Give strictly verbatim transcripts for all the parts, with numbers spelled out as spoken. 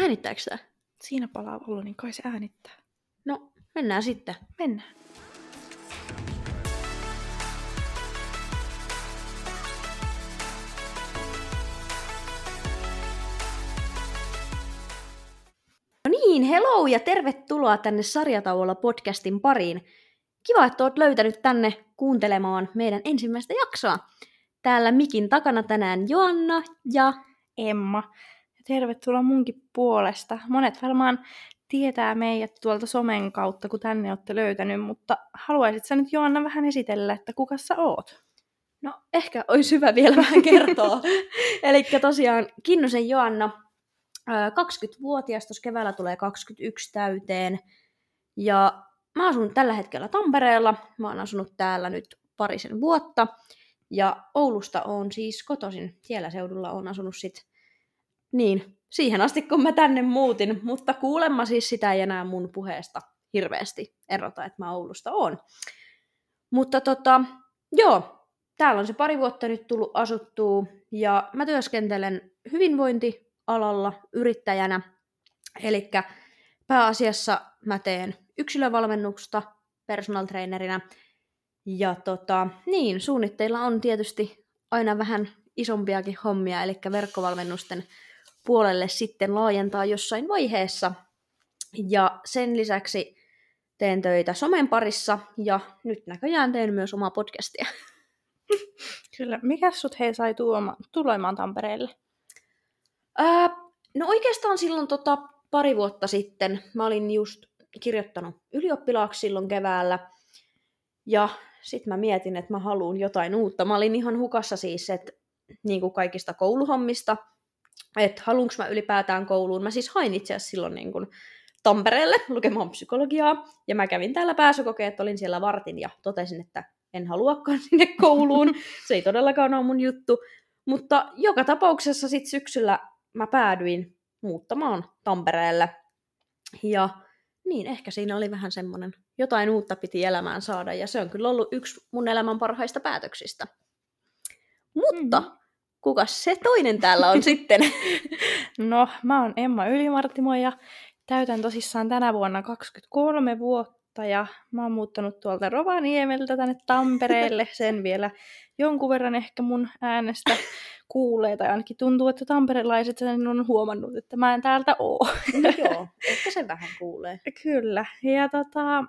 Äänittääkö sitä? Siinä palaa olla, niin kai se äänittää. No, mennään sitten. Mennään. No niin, hello ja tervetuloa tänne Sarjatauolla podcastin pariin. Kiva, että oot löytänyt tänne kuuntelemaan meidän ensimmäistä jaksoa. Täällä mikin takana tänään Joanna ja Emma. Tervetuloa munkin puolesta. Monet varmaan tietää meidät tuolta somen kautta, kun tänne olette löytänyt, mutta haluaisit sä nyt Joanna vähän esitellä, että kuka sä oot? no ehkä olisi hyvä vielä vähän kertoa. Eli tosiaan Kinnusen Joanna, kaksikymmentävuotias, tuossa keväällä tulee kaksikymmentäyksi täyteen. Ja mä asun tällä hetkellä Tampereella. Mä oon asunut täällä nyt parisen vuotta. Ja Oulusta on siis kotoisin. Siellä seudulla on asunut sit niin, siihen asti kun mä tänne muutin. Mutta kuulemma siis sitä ei enää mun puheesta hirveästi erota, että mä Oulusta oon. Mutta tota, joo, täällä on se pari vuotta nyt tullut asuttua. Ja mä työskentelen hyvinvointialalla yrittäjänä. Elikkä pääasiassa mä teen yksilövalmennusta personal trainerina. Ja tota, niin, suunnitteilla on tietysti aina vähän isompiakin hommia, eli verkkovalmennusten puolelle sitten laajentaa jossain vaiheessa. Ja sen lisäksi teen töitä somen parissa ja nyt näköjään teen myös omaa podcastia. Kyllä. Mikäs sut hei sai tuoma, tulemaan Tampereelle? Ää, no oikeastaan silloin tota, pari vuotta sitten mä olin just kirjoittanut ylioppilaaksi silloin keväällä. Ja sitten mä mietin, että mä haluan jotain uutta. Mä olin ihan hukassa siis, että niin kuin kaikista kouluhommista, että haluanko mä ylipäätään kouluun. Mä siis hain itse asiassa silloin niin kuin Tampereelle lukemaan psykologiaa, ja mä kävin täällä pääsykokeet, olin siellä vartin ja totesin, että en haluakaan sinne kouluun. Se ei todellakaan ole mun juttu. Mutta joka tapauksessa sitten syksyllä mä päädyin muuttamaan Tampereelle. Ja niin, ehkä siinä oli vähän semmoinen, jotain uutta piti elämään saada, ja se on kyllä ollut yksi mun elämän parhaista päätöksistä. Mutta mm-hmm. kukas se toinen täällä on sitten? No, mä oon Emma Ylimarttimo ja täytän tosissaan tänä vuonna kaksikymmentäkolme vuotta, ja mä oon muuttanut tuolta Rovaniemeltä tänne Tampereelle. Sen vielä jonkun verran ehkä mun äänestä kuulee, tai ainakin tuntuu, että tamperelaiset sen on huomannut, että mä en täältä oo. No joo, ehkä se vähän kuulee. Kyllä, ja tota,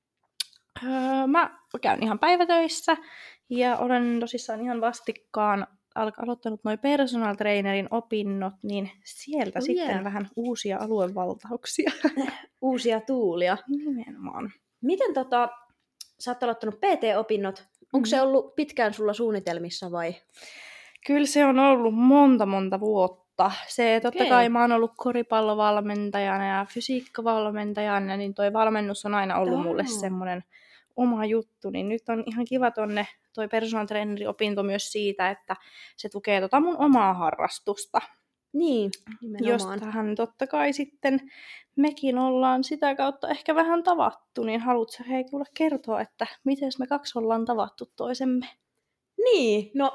öö, mä käyn ihan päivätöissä, ja olen tosissaan ihan vastikkaan al- aloittanut noi personal trainerin opinnot, niin sieltä oh, sitten yeah. vähän uusia aluevaltauksia. Uusia tuulia. Nimenomaan. Miten tota, sä oot aloittanut P T-opinnot? Onko mm. se ollut pitkään sulla suunnitelmissa vai? Kyllä se on ollut monta monta vuotta. Se totta Okay. kai mä oon ollut koripallovalmentajana ja fysiikkavalmentajana, niin toi valmennus on aina ollut oh. mulle semmoinen oma juttu. Niin nyt on ihan kiva tonne toi personal trainerin opinto myös siitä, että se tukee tota mun omaa harrastusta. Niin, nimenomaan. Jostahan totta kai sitten mekin ollaan sitä kautta ehkä vähän tavattu, niin haluatko hei kuule kertoa, että miten me kaksi ollaan tavattu toisemme? Niin, no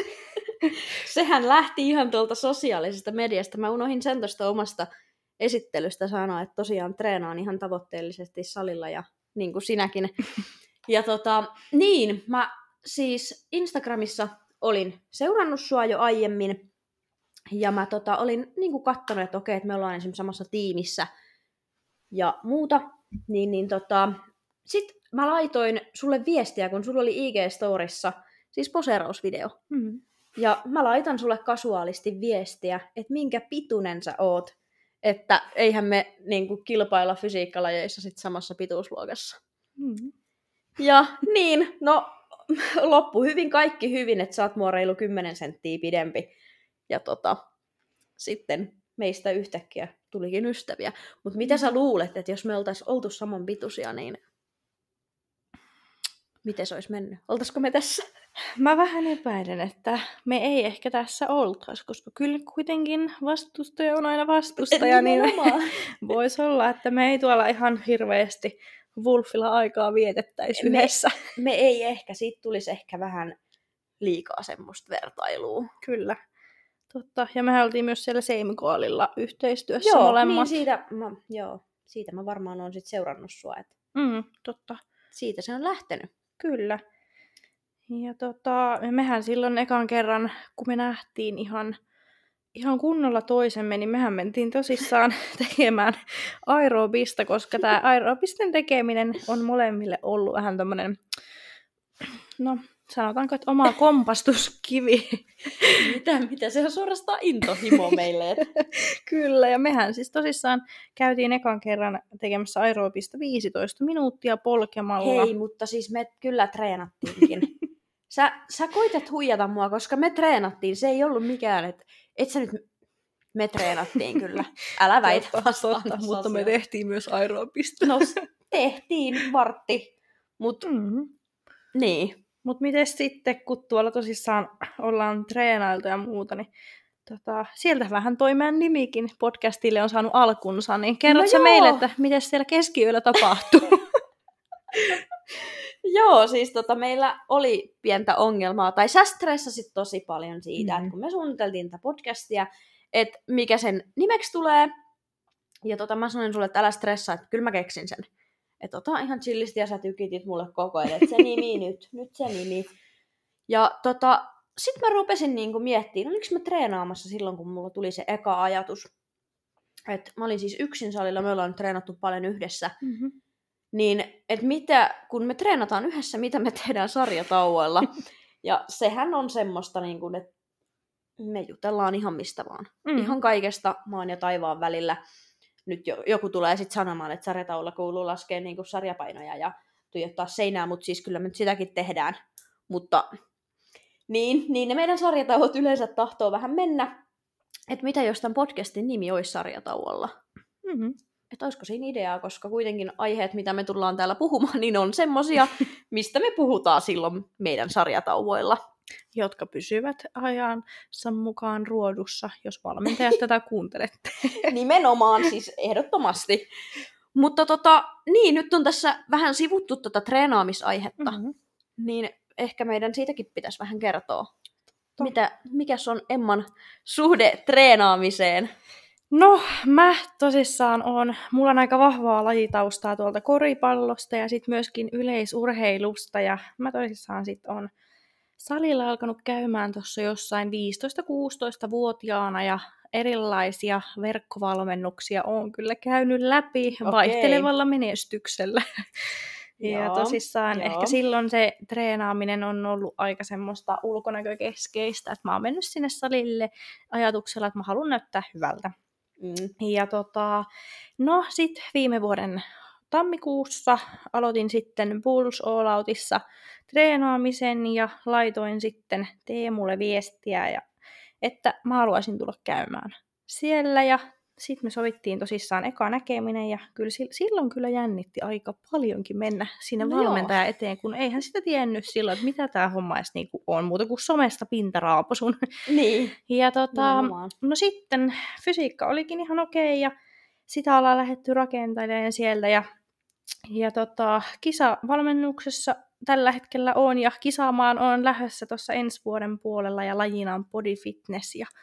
sehän lähti ihan tuolta sosiaalisesta mediasta. Mä unohdin sen tuosta omasta esittelystä sanoa, että tosiaan treenaan ihan tavoitteellisesti salilla ja niin kuin sinäkin. Ja tota, niin, mä siis Instagramissa olin seurannut sua jo aiemmin ja mä tota, olin niin kuin katsonut, että okei, että me ollaan esimerkiksi samassa tiimissä ja muuta. Niin, niin tota, sit mä laitoin sulle viestiä, kun sulla oli I G-storissa siis poseerausvideo. Mm. Ja mä laitan sulle kasuaalisti viestiä, että minkä pituinen sä oot, että eihän me niin kuin, kilpailla fysiikkalajeissa sit samassa pituusluokassa. Mm. Ja niin, no loppu hyvin, kaikki hyvin, että sä oot mua reilu kymmenen senttiä pidempi. Ja tota, sitten meistä yhtäkkiä tulikin ystäviä. Mutta mitä sä luulet, että jos me oltais oltu saman pituisia, niin miten se olisi mennyt? Oltaisiko me tässä? Mä vähän epäilen, että me ei ehkä tässä oltaisi, koska kyllä kuitenkin vastustaja on aina vastustaja, niin voisi olla, että me ei tuolla ihan hirveästi Wolfilla aikaa vietettäisi yhdessä. Me, me ei ehkä, siitä tulisi ehkä vähän liikaa semmoista vertailua. Kyllä. Totta. Ja mehän oltiin myös siellä Seimikoalilla yhteistyössä Joo, molemmat. niin siitä mä, joo, siitä mä varmaan oon sit seurannut sua, että Mm, totta. siitä se on lähtenyt. Kyllä. Ja tota, mehän silloin ekan kerran, kun me nähtiin ihan, ihan kunnolla toisemme, niin mehän mentiin tosissaan tekemään aerobista, koska tämä aerobisten tekeminen on molemmille ollut vähän tämmönen, no sanotaanko, että oma kompastuskivi. Mitä, mitä se on suorastaan intohimo meille. Että... Kyllä, ja mehän siis tosissaan käytiin ekan kerran tekemässä aerobista viisitoista minuuttia polkemalla. Hei, mutta siis me kyllä treenattiinkin. Sä, sä koitat huijata mua, koska me treenattiin. Se ei ollut mikään, että et sä nyt... Me treenattiin kyllä. Älä väitä vastaan. Totta, mutta me tehtiin myös aerobista. No tehtiin vartti, mutta Mm-hmm. niin. Mutta miten sitten, kun tuolla tosissaan ollaan treenailtu ja muuta, niin tota, sieltä vähän toi meidän nimikin podcastille on saanut alkunsa, niin kerrotko no meille, että miten siellä keskiyöllä tapahtuu? Joo, siis tota, meillä oli pientä ongelmaa, tai sä stressasit tosi paljon siitä, mm. että kun me suunniteltiin tätä podcastia, että mikä sen nimeksi tulee, ja tota, mä sanoin sulle, että älä stressaa, että kyllä mä keksin sen. Että ota ihan chillisti ja sä tykitit mulle koko ajan, että se nimi nyt, nyt se nimi. Ja tota, sit mä rupesin niinku miettimään, oliko mä treenaamassa silloin, kun mulla tuli se eka ajatus. Että mä olin siis yksin salilla, me ollaan nyt treenattu paljon yhdessä. Mm-hmm. Niin, että mitä, kun me treenataan yhdessä, mitä me tehdään sarjatauoilla. Ja sehän on semmoista, niin kuin, että me jutellaan ihan mistä vaan. Mm. Ihan kaikesta maan ja taivaan välillä. Nyt jo, joku tulee sitten sanomaan, että sarjatauolla kuuluu laskea niin kuin sarjapainoja ja tuijottaa seinää, mutta siis kyllä me nyt sitäkin tehdään. Mutta niin, niin ne meidän sarjatauot yleensä tahtoo vähän mennä. Että mitä jos tämän podcastin nimi olisi sarjatauolla? Mm-hmm. Että olisiko siinä ideaa, koska kuitenkin aiheet, mitä me tullaan täällä puhumaan, niin on semmosia, mistä me puhutaan silloin meidän sarjatauvoilla. Jotka pysyvät ajansa mukaan ruodussa, jos valmentajat tätä kuuntelette. Nimenomaan, siis ehdottomasti. Mutta tota, niin, nyt on tässä vähän sivuttu tätä treenaamisaihetta, mm-hmm. niin ehkä meidän siitäkin pitäisi vähän kertoa. Mitä, mikäs on Emman suhde treenaamiseen? No, mä tosissaan on, mulla on aika vahvaa lajitaustaa tuolta koripallosta ja sitten myöskin yleisurheilusta. Ja mä tosissaan sitten on salilla alkanut käymään tuossa jossain viisitoista-kuusitoista-vuotiaana ja erilaisia verkkovalmennuksia on kyllä käynyt läpi okay. vaihtelevalla menestyksellä. Ja joo, tosissaan joo. ehkä silloin se treenaaminen on ollut aika semmoista ulkonäkökeskeistä, että mä oon mennyt sinne salille ajatuksella, että mä haluan näyttää hyvältä. Mm. Ja tota, no sit viime vuoden tammikuussa aloitin sitten Bulls All Outissa treenaamisen ja laitoin sitten Teemulle viestiä, ja, että mä haluaisin tulla käymään siellä. Ja sitten me sovittiin tosissaan eka näkeminen ja kyllä silloin kyllä jännitti aika paljonkin mennä sinne no valmentajan eteen, kun eihän sitä tiennyt silloin, että mitä tämä homma edes niinku on, muuta kuin somesta pintaraapasun. Niin. Ja tota, no sitten fysiikka olikin ihan okei ja sitä ollaan lähdetty rakentelemaan sieltä ja, ja tota, kisavalmennuksessa tällä hetkellä on ja kisaamaan on lähdössä tuossa ensi vuoden puolella ja lajina on body fitness ja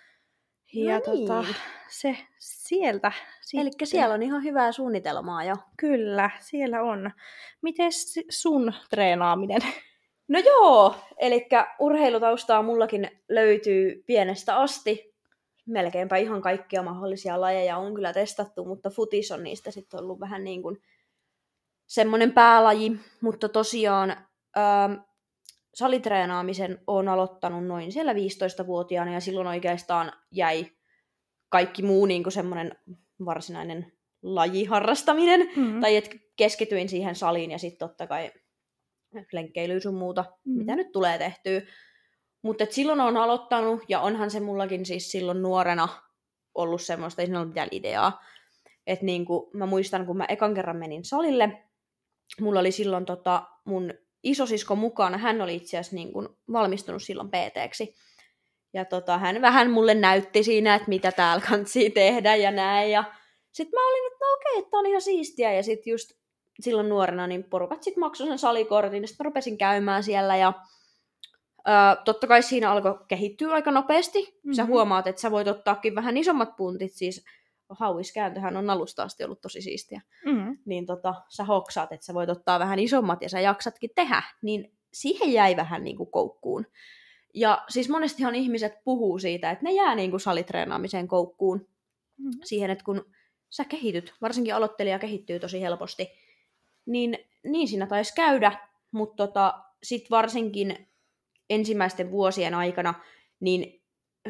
Ja no niin. tota, se sieltä Eli siellä on ihan hyvää suunnitelmaa jo. Kyllä, siellä on. Mites sun treenaaminen? No joo, eli urheilutaustaa mullakin löytyy pienestä asti. Melkeinpä ihan kaikkia mahdollisia lajeja on kyllä testattu, mutta futis on niistä sitten ollut vähän niin kuin semmoinen päälaji. Mutta tosiaan ähm, salitreenaamisen olen aloittanut noin siellä viisitoistavuotiaana ja silloin oikeastaan jäi kaikki muu niin kuin semmoinen varsinainen lajiharrastaminen. Mm. Tai että keskityin siihen saliin ja sitten totta kai lenkkeilyyn sun muuta, mm. mitä nyt tulee tehtyä. Mutta silloin olen aloittanut ja onhan se mullakin siis silloin nuorena ollut semmoista, ei siinä ollut mitään ideaa. Että niin kuin mä muistan, kun mä ekan kerran menin salille, mulla oli silloin tota mun isosisko mukana, hän oli itse asiassa niin kuin valmistunut silloin P T:ksi. Ja tota, hän vähän mulle näytti siinä, että mitä täällä kantsii tehdä ja näin. Ja sitten mä olin, että no okei, että on ihan siistiä. Ja sitten just silloin nuorena niin porukat sitten maksoi sen salikortin. Ja sitten mä rupesin käymään siellä. Ja Öö, totta kai siinä alkoi kehittyä aika nopeasti. Mm-hmm. Sä Mhm. huomaat, että sä voit ottaakin vähän isommat puntit, siis hauiskääntöhän on alusta asti ollut tosi siistiä. Mm. Niin tota, sä hoksaat, että sä voit ottaa vähän isommat ja sä jaksatkin tehdä, niin siihen jäi vähän niinku koukkuun. Ja siis monestihan ihmiset puhuu siitä, että ne jää niinku salitreenaamiseen koukkuun. Mm. Siihen, että kun sä kehityt, varsinkin aloittelija kehittyy tosi helposti, niin, niin siinä taisi käydä, mutta tota, sitten varsinkin ensimmäisten vuosien aikana, niin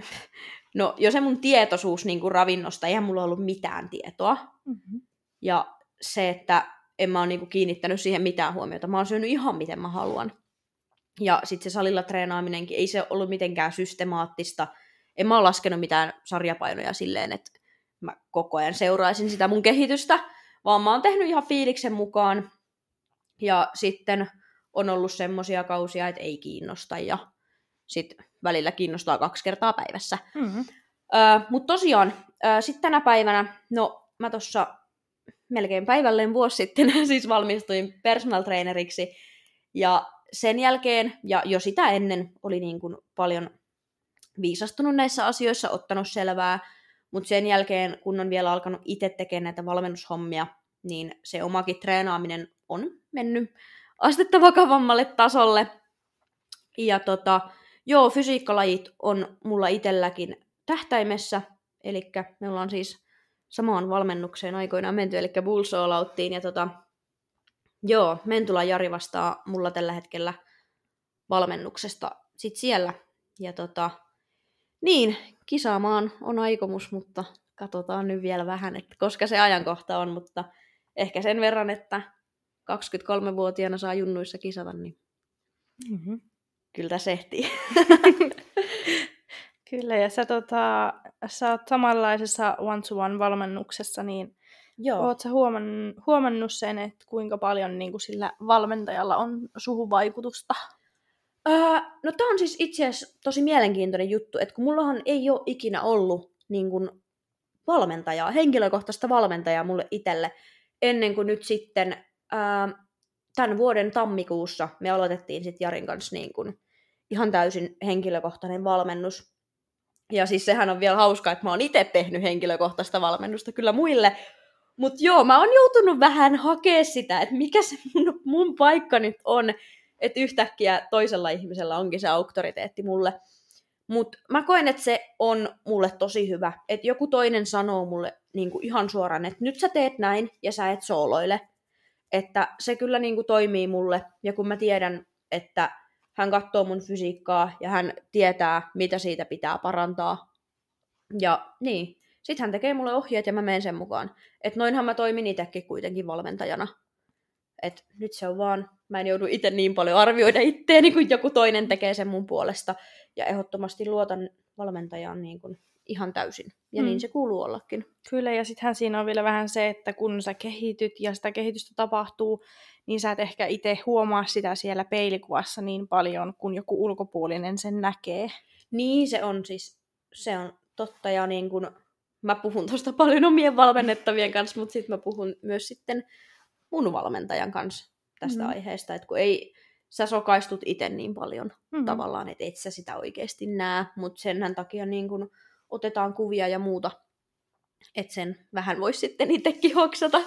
no jo se mun tietoisuus niin kuin ravinnosta, eihän mulla ollut mitään tietoa. Mm-hmm. Ja se, että en mä ole niin kuin kiinnittänyt siihen mitään huomiota. Mä oon syönyt ihan miten mä haluan. Ja sitten se salilla treenaaminenkin, ei se ollut mitenkään systemaattista. En mä ole laskenut mitään sarjapainoja silleen, että mä koko ajan seuraisin sitä mun kehitystä, vaan mä oon tehnyt ihan fiiliksen mukaan. Ja sitten on ollut semmosia kausia, että ei kiinnosta ja sitten välillä kiinnostaa kaksi kertaa päivässä. Mm-hmm. Öö, Mutta tosiaan, öö, sitten tänä päivänä, no mä tuossa melkein päivälleen vuosi sitten siis valmistuin personal traineriksi. Ja sen jälkeen, ja jo sitä ennen, oli niin kuin paljon viisastunut näissä asioissa, ottanut selvää. Mutta sen jälkeen, kun on vielä alkanut itse tekemään näitä valmennushommia, niin se omakin treenaaminen on mennyt astetta vakavammalle tasolle. Ja tota, joo, fysiikkalajit on mulla itselläkin tähtäimessä, eli me ollaan siis samaan valmennukseen aikoinaan menty, eli Bulls All Outtiin, ja tota, joo, Mentula Jari vastaa mulla tällä hetkellä valmennuksesta sit siellä, ja tota, niin, kisaamaan on aikomus, mutta katsotaan nyt vielä vähän, että koska se ajankohta on, mutta ehkä sen verran, että kaksikymmentäkolmevuotiaana saa junnuissa kisata, niin Mm-hmm. kyllä tässä ehtii. Kyllä, ja sä, tota, sä oot samanlaisessa one-to-one-valmennuksessa, niin Joo. oot sä huomannut, huomannut sen, että kuinka paljon niin kuin sillä valmentajalla on suhun vaikutusta? Öö, no tää on siis itse asiassa tosi mielenkiintoinen juttu, että kun mullahan ei ole ikinä ollut niin kun, valmentajaa, henkilökohtaista valmentajaa mulle itselle, ennen kuin nyt sitten öö, tämän vuoden tammikuussa me aloitettiin sitten Jarin kanssa niin kun, ihan täysin henkilökohtainen valmennus. Ja siis sehän on vielä hauskaa, että mä oon itse tehnyt henkilökohtaista valmennusta kyllä muille. Mutta joo, mä oon joutunut vähän hakea sitä, että mikä se mun, mun paikka nyt on. Että yhtäkkiä toisella ihmisellä onkin se auktoriteetti mulle. Mutta mä koen, että se on mulle tosi hyvä. Että joku toinen sanoo mulle niinku ihan suoraan, että nyt sä teet näin ja sä et sooloile. Että se kyllä niinku toimii mulle. Ja kun mä tiedän, että hän katsoo mun fysiikkaa ja hän tietää, mitä siitä pitää parantaa. Ja niin, sit hän tekee mulle ohjeet ja mä menen sen mukaan. Että noinhan mä toimin itsekin kuitenkin valmentajana. Että nyt se on vaan, mä en joudu itse niin paljon arvioida itteeni, kun joku toinen tekee sen mun puolesta. Ja ehdottomasti luotan valmentajaan niin kuin ihan täysin. Ja mm. niin se kuuluu ollakin. Kyllä, ja sittenhän siinä on vielä vähän se, että kun sä kehityt ja sitä kehitystä tapahtuu, niin sä et ehkä itse huomaa sitä siellä peilikuvassa niin paljon, kun joku ulkopuolinen sen näkee. Niin se on siis, se on totta. Ja niin kun, mä puhun tuosta paljon omien valmennettavien kanssa, mutta sitten mä puhun myös sitten mun valmentajan kanssa tästä mm. aiheesta. Että kun ei, sä sokaistut itse niin paljon mm. tavallaan, että et sä sitä oikeasti näe, mutta senhän takia niin kun otetaan kuvia ja muuta, että sen vähän voisi sitten itsekin hoksata.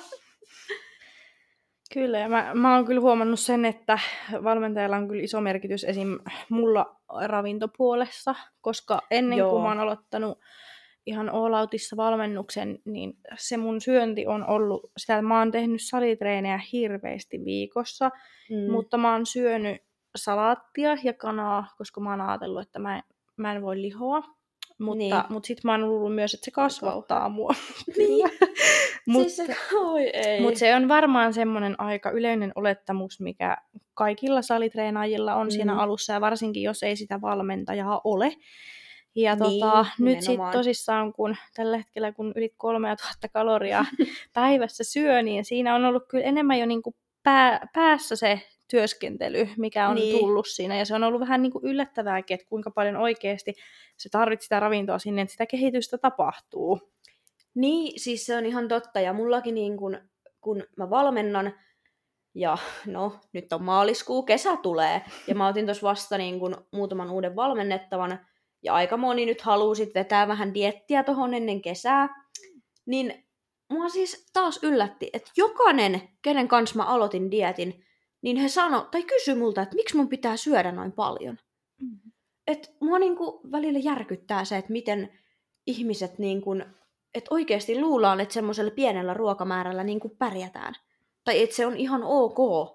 Kyllä, ja mä, mä oon kyllä huomannut sen, että valmentajalla on kyllä iso merkitys esim. Mulla ravintopuolessa, koska ennen Joo. kuin mä oon aloittanut ihan All Outissa valmennuksen, niin se mun syönti on ollut sitä, että mä oon tehnyt salitreenejä hirveästi viikossa, mm. mutta mä oon syönyt salaattia ja kanaa, koska mä oon ajatellut, että mä en, mä en voi lihoa. Mutta, niin. mutta sitten mä oon luullut myös, että se kasvattaa mua. Niin. Mutta siis se, mut se on varmaan semmoinen aika yleinen olettamus, mikä kaikilla salitreenaajilla on mm. siinä alussa, ja varsinkin jos ei sitä valmentajaa ole. Ja niin, tota, nyt sitten tosissaan, kun tällä hetkellä kun yli kolmetuhatta kaloria päivässä syö, niin siinä on ollut kyllä enemmän jo niinku pää, päässä se työskentely, mikä on niin. tullut siinä. Ja se on ollut vähän niin kuin yllättävääkin, että kuinka paljon oikeasti se tarvitsee sitä ravintoa sinne, että sitä kehitystä tapahtuu. Niin, siis se on ihan totta. Ja mullakin niin kun, kun mä valmennan, Ja no, nyt on maaliskuu, kesä tulee. Ja mä otin tuossa vasta niin kun muutaman uuden valmennettavan. Ja aika moni nyt haluaa sit vetää vähän diettiä tohon ennen kesää. Niin mua siis taas yllätti, että jokainen, kenen kanssa mä aloitin dietin, niin he sano tai kysyi multa, että miksi mun pitää syödä noin paljon. Mm. Että mua niinku välillä järkyttää se, että miten ihmiset niinku, että oikeasti luullaan, että semmoisella pienellä ruokamäärällä niinku pärjätään. Tai että se on ihan ok.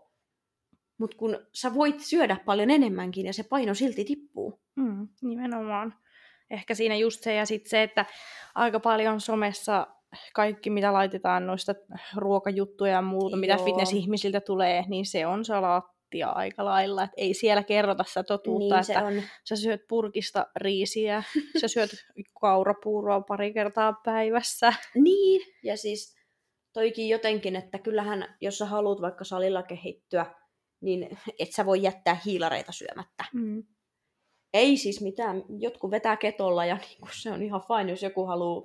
Mutta kun sä voit syödä paljon enemmänkin ja se paino silti tippuu. Mm, nimenomaan. Ehkä siinä just se ja sitten se, että aika paljon somessa kaikki, mitä laitetaan noista ruokajuttuja ja muuta, Joo. mitä fitness-ihmisiltä tulee, niin se on salaattia aika lailla. Et ei siellä kerrota sitä totuutta, niin että on. sä syöt purkista riisiä, sä syöt kaurapuuroa pari kertaa päivässä. Niin, ja siis toikin jotenkin, että kyllähän, jos sä haluat vaikka salilla kehittyä, niin et sä voi jättää hiilareita syömättä. Mm. Ei siis mitään, jotkut vetää ketolla ja niin se on ihan fine, jos joku haluaa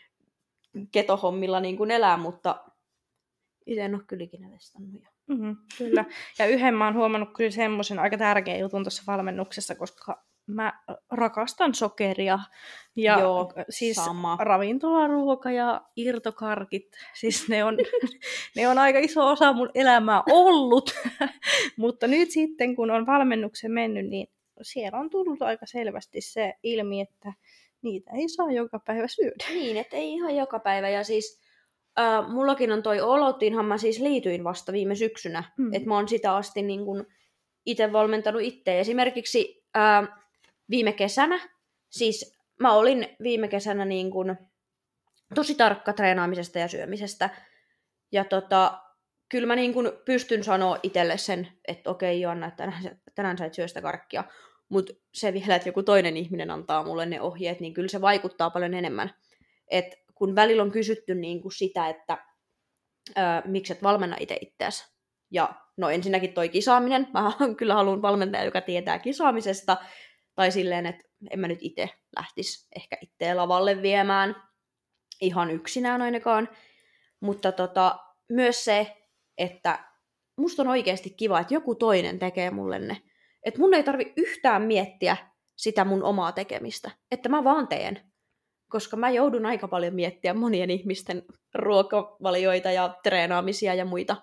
ketohommilla niin kuin elää, mutta itse en ole kyllä ikinä testannut. Mm-hmm, kyllä. Ja yhden mä oon huomannut kyllä semmoisen aika tärkeän jutun tuossa valmennuksessa, koska mä rakastan sokeria. Ja Joo, siis sama. Ravintolaruoka ja irtokarkit, siis ne on, ne on aika iso osa mun elämää ollut. Mutta nyt sitten, kun on valmennuksen mennyt, niin siellä on tullut aika selvästi se ilmi, että niitä ei saa joka päivä syödä. Niin, että ei ihan joka päivä. Ja siis äh, mullakin on toi olotinhan mä siis liityin vasta viime syksynä. Mm. Että mä oon sitä asti niin kun itse valmentanut itse. Esimerkiksi äh, viime kesänä, siis mä olin viime kesänä niin kun tosi tarkka treenaamisesta ja syömisestä. Ja tota, kyllä mä niin kun pystyn sanoa itselle sen, että okei Joanna, että tänään, tänään sait syö sitä karkkia. Mutta se vielä, että joku toinen ihminen antaa mulle ne ohjeet, niin kyllä se vaikuttaa paljon enemmän. Et kun välillä on kysytty niin kuin sitä, että ää, miksi et valmenna itse itseäsi. Ja no ensinnäkin toi kisaaminen. Mä kyllä haluan valmentaja, joka tietää kisaamisesta. Tai silleen, että en mä nyt itse lähtisi ehkä itseä lavalle viemään. Ihan yksinään ainakaan. Mutta tota, myös se, että musta on oikeasti kiva, että joku toinen tekee mulle ne. Että mun ei tarvi yhtään miettiä sitä mun omaa tekemistä. Että mä vaan teen. Koska mä joudun aika paljon miettiä monien ihmisten ruokavalioita ja treenaamisia ja muita.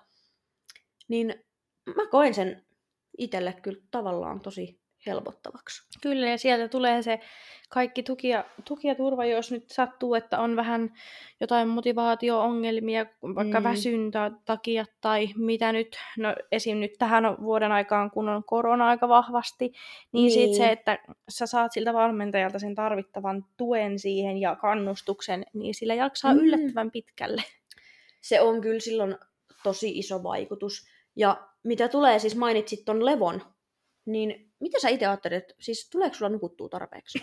Niin mä koen sen itselle kyllä tavallaan tosi helpottavaksi. Kyllä, ja sieltä tulee se kaikki tuki ja, tuki ja turva, jos nyt sattuu, että on vähän jotain motivaatio-ongelmia, vaikka mm. väsyntä takia tai mitä nyt, no esim. Nyt tähän vuoden aikaan, kun on korona aika vahvasti, niin, niin. Sitten se, että sä saat siltä valmentajalta sen tarvittavan tuen siihen ja kannustuksen, niin sillä jaksaa mm. yllättävän pitkälle. Se on kyllä silloin tosi iso vaikutus. Ja mitä tulee, siis mainitsit ton levon, niin mitä sä itse ajattelet, siis tuleeko sulla nukuttua tarpeeksi?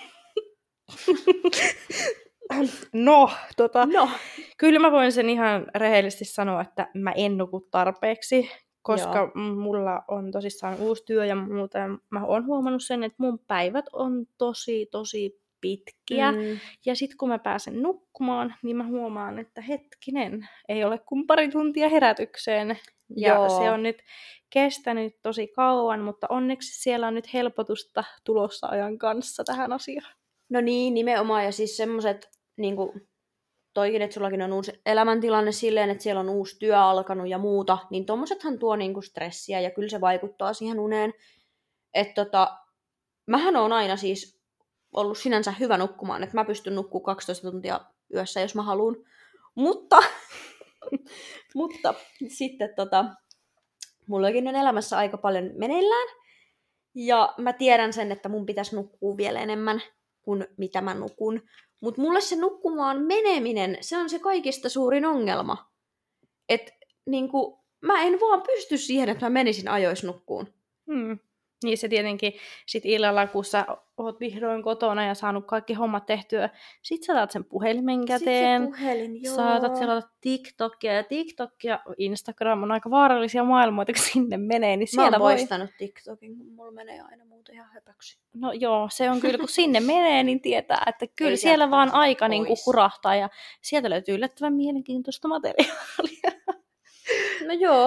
No, tota, no, kyllä mä voin sen ihan rehellisesti sanoa, että mä en nuku tarpeeksi, koska Joo. mulla on tosissaan uusi työ ja muuta. Ja mä oon huomannut sen, että mun päivät on tosi, tosi pitkiä. Mm. Ja sit kun mä pääsen nukkumaan, niin mä huomaan, että hetkinen, ei ole kuin pari tuntia herätykseen. Ja Joo. se on nyt kestänyt tosi kauan, mutta onneksi siellä on nyt helpotusta tulossa ajan kanssa tähän asiaan. No niin, nimenomaan. Ja siis semmoset, niinku, toikin, että sullakin on uusi elämäntilanne silleen, että siellä on uusi työ alkanut ja muuta, niin tommosethan tuo niinku stressiä ja kyllä se vaikuttaa siihen uneen. Että tota, mähän on aina siis ollut sinänsä hyvä nukkumaan, että mä pystyn nukkumaan kaksitoista tuntia yössä, jos mä haluan. Mutta, mutta sitten tota, mullakin on elämässä aika paljon meneillään. Ja mä tiedän sen, että mun pitäisi nukkua vielä enemmän kuin mitä mä nukun. Mutta mulle se nukkumaan meneminen, se on se kaikista suurin ongelma. Että niinku, mä en vaan pysty siihen, että mä menisin ajoissa nukkuun. Hmm. Niin se tietenkin sit illalla, kun sä oot vihdoin kotona ja saanut kaikki hommat tehtyä, sit sä saat sen puhelimen käteen. Sitten se puhelin, joo. Saatat selata TikTokia ja TikTok ja Instagram on aika vaarallisia maailmoita, kun sinne menee. Niin mä oon voi... poistanut TikTokin, kun mulla menee aina muuta ihan höpöksi. No joo, se on kyllä, kun sinne menee, niin tietää, että kyllä siellä vaan aika niin kuin kurahtaa ja sieltä löytyy yllättävän mielenkiintoista materiaalia. No joo.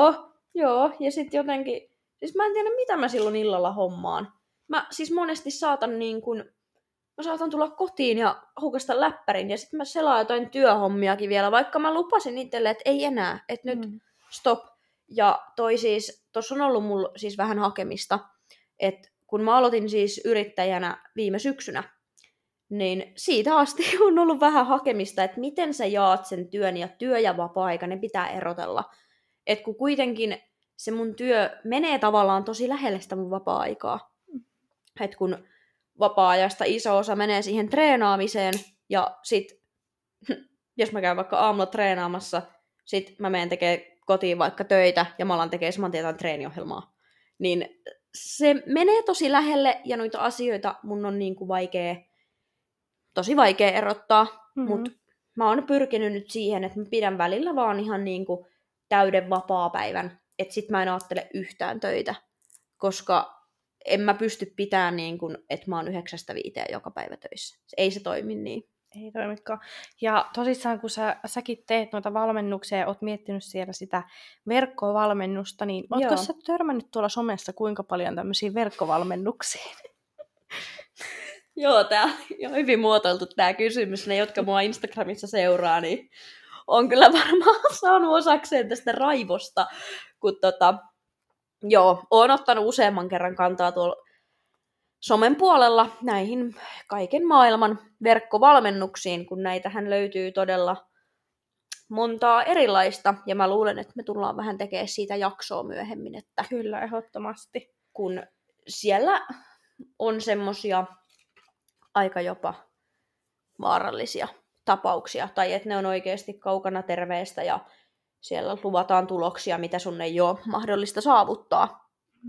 Joo, ja sitten jotenkin, siis mä en tiedä mitä mä silloin illalla hommaan. Mä siis monesti saatan niin kun, mä saatan tulla kotiin ja hukasta läppärin ja sitten mä selaan jotain työhommiakin vielä, vaikka mä lupasin itselle, että ei enää, että nyt Mm. stop. Ja toi siis, tossa on ollut mulla siis vähän hakemista, että kun mä aloitin siis yrittäjänä viime syksynä, niin siitä asti on ollut vähän hakemista, että miten sä jaat sen työn ja työ- ja vapaa-aika, ne pitää erotella. Että kun kuitenkin se mun työ menee tavallaan tosi lähelle sitä mun vapaa-aikaa. Että kun vapaa-ajasta iso osa menee siihen treenaamiseen, ja sit, jos mä käyn vaikka aamulla treenaamassa, sit mä menen tekemään kotiin vaikka töitä, ja mä alan tekemään saman tien treeniohjelmaa. Niin se menee tosi lähelle, ja noita asioita mun on niinku vaikea, tosi vaikea erottaa, Mm-hmm. mutta mä oon pyrkinyt nyt siihen, että mä pidän välillä vaan ihan niinku täyden vapaa-päivän, että sit mä en ajattele yhtään töitä, koska en mä pysty pitämään niin kuin, että mä oon yhdeksästä viiteen joka päivä töissä. Ei se toimi niin. Ei toimikaan. Ja tosissaan, kun sä, säkin teet noita valmennuksia ja oot miettinyt siellä sitä verkkovalmennusta, niin ootko Joo. sä törmännyt tuolla somessa kuinka paljon tämmöisiä verkkovalmennuksia? Joo, tää on hyvin muotoiltu tää kysymys. Ne, jotka mua Instagramissa seuraa, niin on kyllä varmaan saanut osakseen tästä raivosta. Kun tota, joo, oon ottanut useamman kerran kantaa tuolla somen puolella näihin kaiken maailman verkkovalmennuksiin, kun näitähän löytyy todella montaa erilaista. Ja mä luulen, että me tullaan vähän tekemään siitä jaksoa myöhemmin, että Kyllä, ehdottomasti. kun siellä on semmosia aika jopa vaarallisia tapauksia, tai että ne on oikeasti kaukana terveestä ja siellä luvataan tuloksia, mitä sun ei ole mahdollista saavuttaa.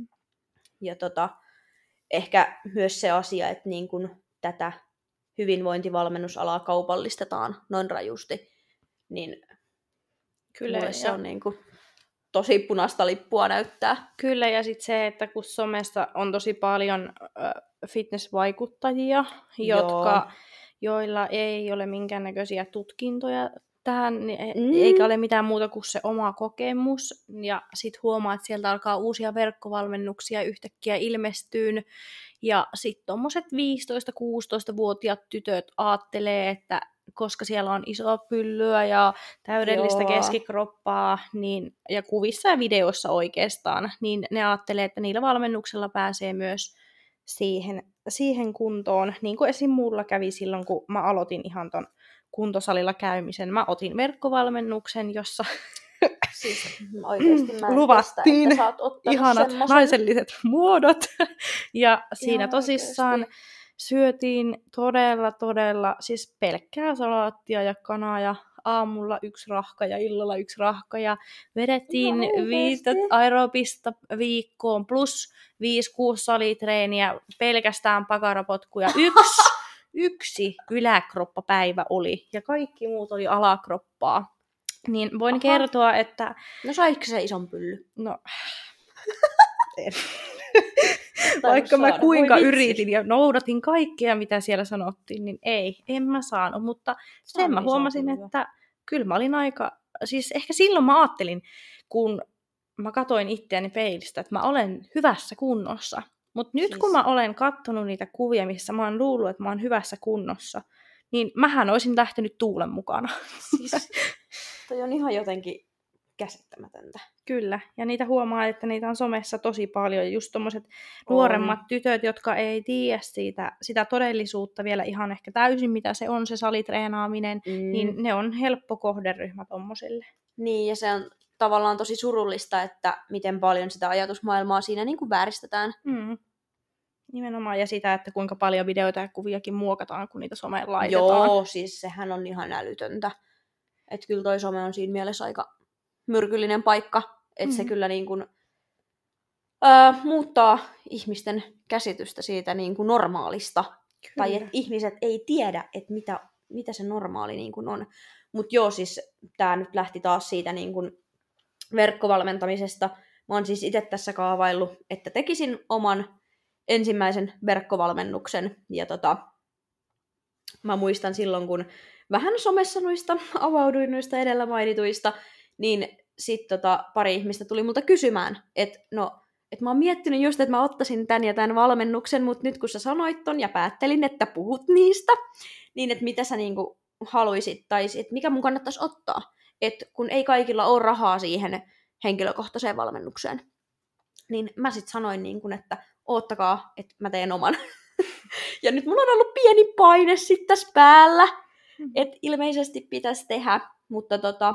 Ja tota, ehkä myös se asia, että niin kun tätä hyvinvointivalmennusalaa kaupallistetaan noin rajusti, niin Kyllä, mulle se ja- on niin kun tosi punaista lippua näyttää. Kyllä, ja sitten se, että kun somessa on tosi paljon äh, fitnessvaikuttajia, jotka, joilla ei ole minkäännäköisiä tutkintoja tähän, niin e- Mm. eikä ole mitään muuta kuin se oma kokemus, ja sitten huomaa, että sieltä alkaa uusia verkkovalmennuksia yhtäkkiä ilmestyyn, ja sitten tuommoiset viisitoista-kuusitoista-vuotiaat tytöt aattelee, että koska siellä on isoa pyllyä ja täydellistä Joo. keskikroppaa, niin, ja kuvissa ja videoissa oikeastaan, niin ne ajattelee, että niillä valmennuksella pääsee myös siihen, siihen kuntoon, niin kuin esim. Mulla kävi silloin, kun mä aloitin ihan ton kuntosalilla käymisen. Mä otin verkkovalmennuksen, jossa Siis oikeasti mä en Luvattiin kestä, että sä oot ottanut ihanat semmosen. naiselliset muodot. Ja siinä Ihan tosissaan oikeesti. syötiin todella, todella, siis pelkkää salaattia ja kanaa ja aamulla yksi rahka ja illalla yksi rahka ja vedettiin Ihan viittä oikeesti. aerobista viikkoon plus viisi kuusi salitreeniä, pelkästään pakarapotkuja. Yksi, yksi yläkroppapäivä oli ja kaikki muut oli alakroppaa. Niin voin Aha. kertoa, että No saitko se ison pylly? no, en. Tainnut Vaikka mä saada. kuinka Voi vitsi. yritin ja noudatin kaikkea, mitä siellä sanottiin, niin ei, en mä saanut. Mutta sen on mä iso huomasin, pylly. että kyllä mä olin aika, siis ehkä silloin mä ajattelin, kun mä katoin itseäni peilistä, että mä olen hyvässä kunnossa. Mutta nyt Siis- kun mä olen kattonut niitä kuvia, missä mä oon luullut, että mä oon hyvässä kunnossa, niin mähän olisin lähtenyt tuulen mukana. Siis, toi on ihan jotenkin käsittämätöntä. Kyllä, ja niitä huomaa, että niitä on somessa tosi paljon. Just tommoset nuoremmat tytöt, jotka ei tiedä siitä, sitä todellisuutta vielä ihan ehkä täysin, mitä se on se salitreenaaminen, Mm. niin ne on helppo kohderyhmä tommosille. Niin, ja se on tavallaan tosi surullista, että miten paljon sitä ajatusmaailmaa siinä niin kuin vääristetään. Mm. Nimenomaan, ja sitä, että kuinka paljon videoita ja kuviakin muokataan, kun niitä someen laitetaan. Joo, siis sehän on ihan älytöntä. Että kyllä toi some on siinä mielessä aika myrkyllinen paikka. Että se Mhm. kyllä niin kuin, ää, muuttaa ihmisten käsitystä siitä niin kuin normaalista. Kyllä. Tai että ihmiset ei tiedä, että mitä, mitä se normaali niin kuin on. Mutta joo, siis tämä nyt lähti taas siitä niin kuin verkkovalmentamisesta. Mä oon siis itse tässä kaavaillut, että tekisin oman ensimmäisen verkkovalmennuksen. Ja tota, mä muistan silloin, kun vähän somessa noista avauduin noista edellä mainituista, niin sitten tota, pari ihmistä tuli multa kysymään, että no, että mä oon miettinyt just, että mä ottaisin tän ja tämän valmennuksen, mutta nyt kun sä sanoit ton ja päättelin, että puhut niistä, niin että mitä sä niinku haluisit, tai että mikä mun kannattaisi ottaa. Että kun ei kaikilla ole rahaa siihen henkilökohtaiseen valmennukseen. Niin mä sit sanoin, niin kun, että oottakaa, että mä teen oman. Ja nyt mulla on ollut pieni paine sit tässä päällä, että ilmeisesti pitäisi tehdä. Mutta tota,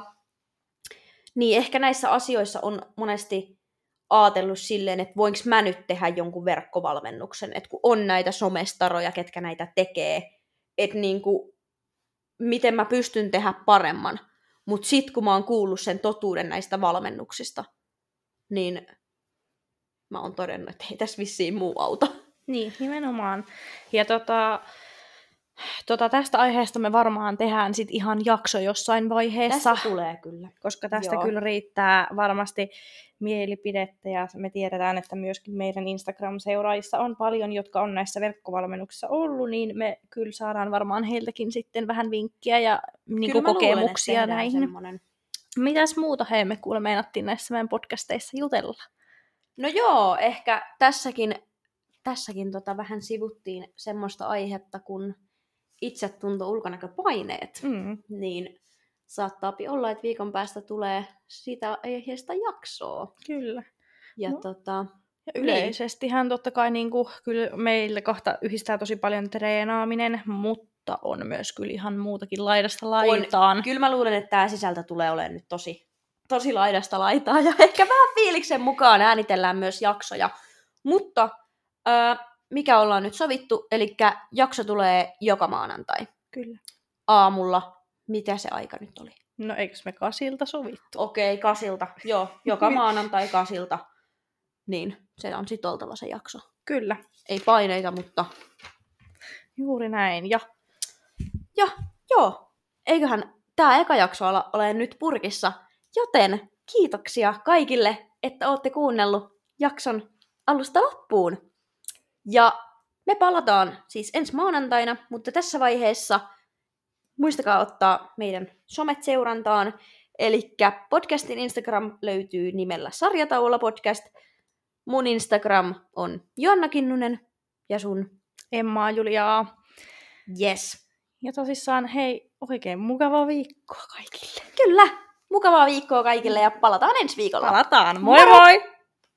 niin ehkä näissä asioissa on monesti ajatellut silleen, että voinko mä nyt tehdä jonkun verkkovalmennuksen, että kun on näitä somestaroja, ketkä näitä tekee, että niinku, miten mä pystyn tehdä paremman. Mutta sit kun mä oon kuullut sen totuuden näistä valmennuksista, niin mä oon todennut, että ei tässä vissiin muu auta. Niin, nimenomaan. Ja tota, tota, tästä aiheesta me varmaan tehdään sit ihan jakso jossain vaiheessa. Tästä tulee kyllä. Koska tästä Joo. kyllä riittää varmasti mielipidettä, ja me tiedetään, että myöskin meidän Instagram-seuraajissa on paljon, jotka on näissä verkkovalmennuksissa ollut, niin me kyllä saadaan varmaan heiltäkin sitten vähän vinkkiä ja niin kuin kokemuksia luulen, näihin. Semmonen. Mitäs muuta hei me kuule meinattiin näissä meidän podcasteissa jutella? No joo, ehkä tässäkin, tässäkin tota vähän sivuttiin semmoista aihetta, kun itsetunto ulkonäköpaineet, Mm. niin saattaa olla, että viikon päästä tulee siitä aiheesta jaksoa. Kyllä. Ja No. tota, Ja yleisestihän totta kai niin kuin, kyllä meillä kohta yhdistää tosi paljon treenaaminen, mutta on myös kyllä ihan muutakin laidasta laitaan. on, kyllä mä luulen, että tämä sisältö tulee olemaan nyt tosi, tosi laidasta laitaa ja ehkä vähän fiiliksen mukaan äänitellään myös jaksoja. Mutta äh, mikä ollaan nyt sovittu, eli jakso tulee joka maanantai. Kyllä. Aamulla. Mitä se aika nyt oli? No eikös me kasilta sovittu? Okei, okay, kasilta. Joo, joka maanantai kasilta. Niin, se on sit oltava se jakso. Kyllä. Ei paineita, mutta... Juuri näin. Ja Ja, joo. Eiköhän tää eka jakso olla, ole nyt purkissa. Joten kiitoksia kaikille, että ootte kuunnellut jakson alusta loppuun. Ja me palataan siis ensi maanantaina, mutta tässä vaiheessa muistakaa ottaa meidän somet seurantaan. Eli podcastin Instagram löytyy nimellä Sarjataululla podcast. Mun Instagram on Joanna Kinnunen ja sun Emmaa Juliaa. Yes. Ja tosissaan hei, oikein mukavaa viikkoa kaikille. Kyllä. Mukavaa viikkoa kaikille ja palataan ensi viikolla. Palataan. Moi Moro! moi!